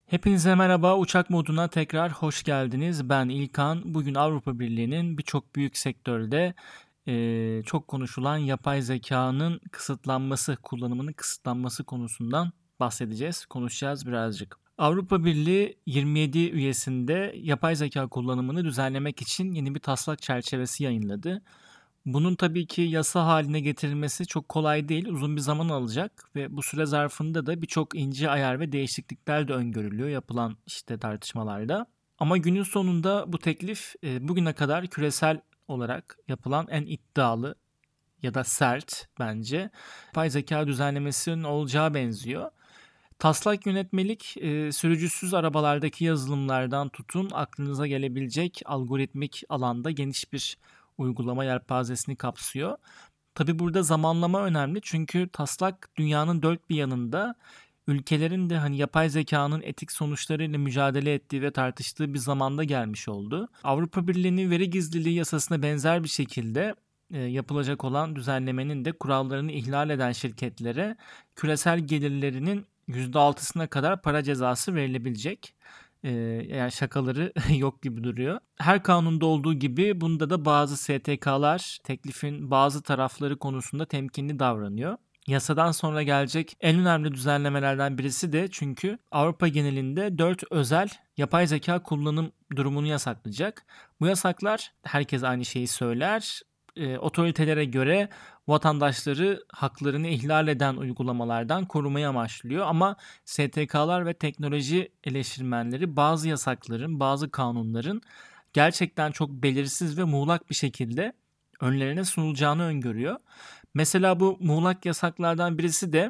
Hepinize merhaba, uçak moduna tekrar hoş geldiniz. Ben İlkan. Bugün Avrupa Birliği'nin birçok büyük sektörde çok konuşulan yapay zekanın kullanımının kısıtlanması konusundan bahsedeceğiz, konuşacağız birazcık. Avrupa Birliği 27 üyesinde yapay zeka kullanımını düzenlemek için yeni bir taslak çerçevesi yayınladı. Bunun tabii ki yasa haline getirilmesi çok kolay değil, uzun bir zaman alacak ve bu süre zarfında da birçok ince ayar ve değişiklikler de öngörülüyor yapılan tartışmalarda. Ama günün sonunda bu teklif bugüne kadar küresel olarak yapılan en iddialı ya da sert bence yapay zeka düzenlemesinin olacağı benziyor. Taslak yönetmelik sürücüsüz arabalardaki yazılımlardan tutun aklınıza gelebilecek algoritmik alanda geniş bir uygulama yelpazesini kapsıyor. Tabi burada zamanlama önemli çünkü taslak dünyanın dört bir yanında ülkelerin de yapay zekanın etik sonuçlarıyla mücadele ettiği ve tartıştığı bir zamanda gelmiş oldu. Avrupa Birliği'nin veri gizliliği yasasına benzer bir şekilde yapılacak olan düzenlemenin de kurallarını ihlal eden şirketlere küresel gelirlerinin %6'sına kadar para cezası verilebilecek. Yani şakaları yok gibi duruyor. Her kanunda olduğu gibi bunda da bazı STK'lar teklifin bazı tarafları konusunda temkinli davranıyor. Yasadan sonra gelecek en önemli düzenlemelerden birisi de çünkü Avrupa genelinde 4 özel yapay zeka kullanım durumunu yasaklayacak. Bu yasaklar herkes aynı şeyi söyler. Otoritelere göre vatandaşları haklarını ihlal eden uygulamalardan korumayı amaçlıyor. Ama STK'lar ve teknoloji eleştirmenleri bazı yasakların, bazı kanunların gerçekten çok belirsiz ve muğlak bir şekilde önlerine sunulacağını öngörüyor. Mesela bu muğlak yasaklardan birisi de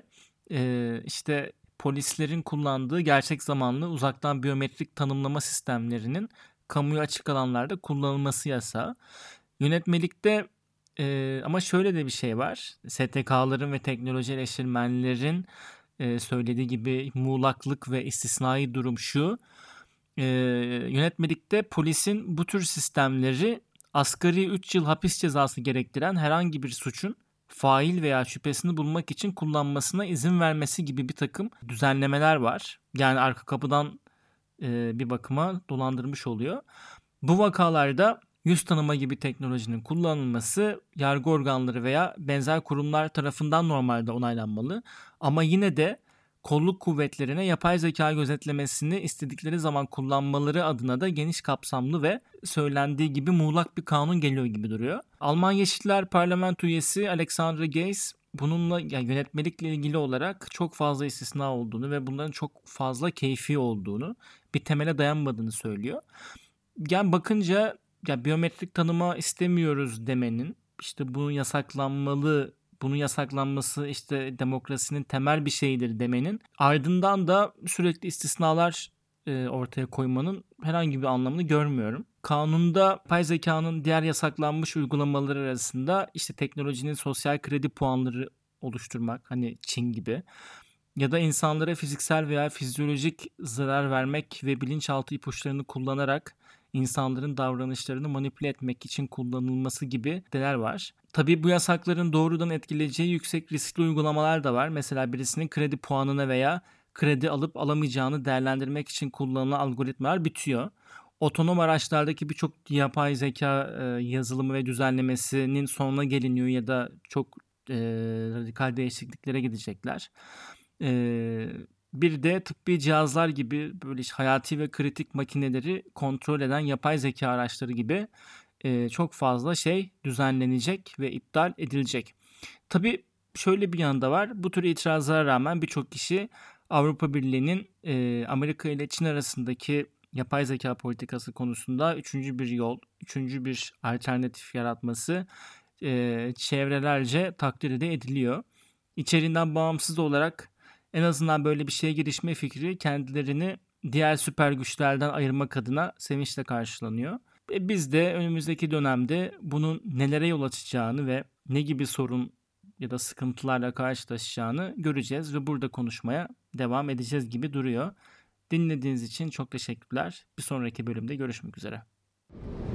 polislerin kullandığı gerçek zamanlı uzaktan biyometrik tanımlama sistemlerinin kamuya açık alanlarda kullanılması yasağı. Yönetmelikte ama şöyle de bir şey var. STK'ların ve teknoloji eleştirmenlerin söylediği gibi muğlaklık ve istisnai durum şu. Yönetmelikte polisin bu tür sistemleri asgari 3 yıl hapis cezası gerektiren herhangi bir suçun fail veya şüphesini bulmak için kullanmasına izin vermesi gibi bir takım düzenlemeler var. Yani arka kapıdan bir bakıma dolandırmış oluyor. Bu vakalarda yüz tanıma gibi teknolojinin kullanılması yargı organları veya benzer kurumlar tarafından normalde onaylanmalı. Ama yine de kolluk kuvvetlerine yapay zeka gözetlemesini istedikleri zaman kullanmaları adına da geniş kapsamlı ve söylendiği gibi muğlak bir kanun geliyor gibi duruyor. Alman Yeşiller Parlamento üyesi Alexandra Geis bununla yönetmelikle ilgili olarak çok fazla istisna olduğunu ve bunların çok fazla keyfi olduğunu, bir temele dayanmadığını söylüyor. Yani bakınca biyometrik tanıma istemiyoruz demenin, bunun yasaklanması demokrasinin temel bir şeyidir demenin ardından da sürekli istisnalar ortaya koymanın herhangi bir anlamını görmüyorum. Kanunda yapay zekanın diğer yasaklanmış uygulamaları arasında teknolojinin sosyal kredi puanları oluşturmak, hani Çin gibi, ya da insanlara fiziksel veya fizyolojik zarar vermek ve bilinçaltı ipuçlarını kullanarak insanların davranışlarını manipüle etmek için kullanılması gibi maddeler var. Tabii bu yasakların doğrudan etkileyeceği yüksek riskli uygulamalar da var. Mesela birisinin kredi puanına veya kredi alıp alamayacağını değerlendirmek için kullanılan algoritmalar bitiyor. Otonom araçlardaki birçok yapay zeka yazılımı ve düzenlemesinin sonuna geliniyor ya da çok radikal değişikliklere gidecekler. Bir de tıbbi cihazlar gibi böyle hayati ve kritik makineleri kontrol eden yapay zeka araçları gibi çok fazla şey düzenlenecek ve iptal edilecek. Tabii şöyle bir yanı da var. Bu tür itirazlara rağmen birçok kişi Avrupa Birliği'nin Amerika ile Çin arasındaki yapay zeka politikası konusunda üçüncü bir yol, üçüncü bir alternatif yaratması çevrelerce takdir de ediliyor. İçeriğinden bağımsız olarak en azından böyle bir şeye girişme fikri kendilerini diğer süper güçlerden ayırmak adına sevinçle karşılanıyor. Biz de önümüzdeki dönemde bunun nelere yol açacağını ve ne gibi sorun ya da sıkıntılarla karşılaşacağını göreceğiz ve burada konuşmaya devam edeceğiz gibi duruyor. Dinlediğiniz için çok teşekkürler. Bir sonraki bölümde görüşmek üzere.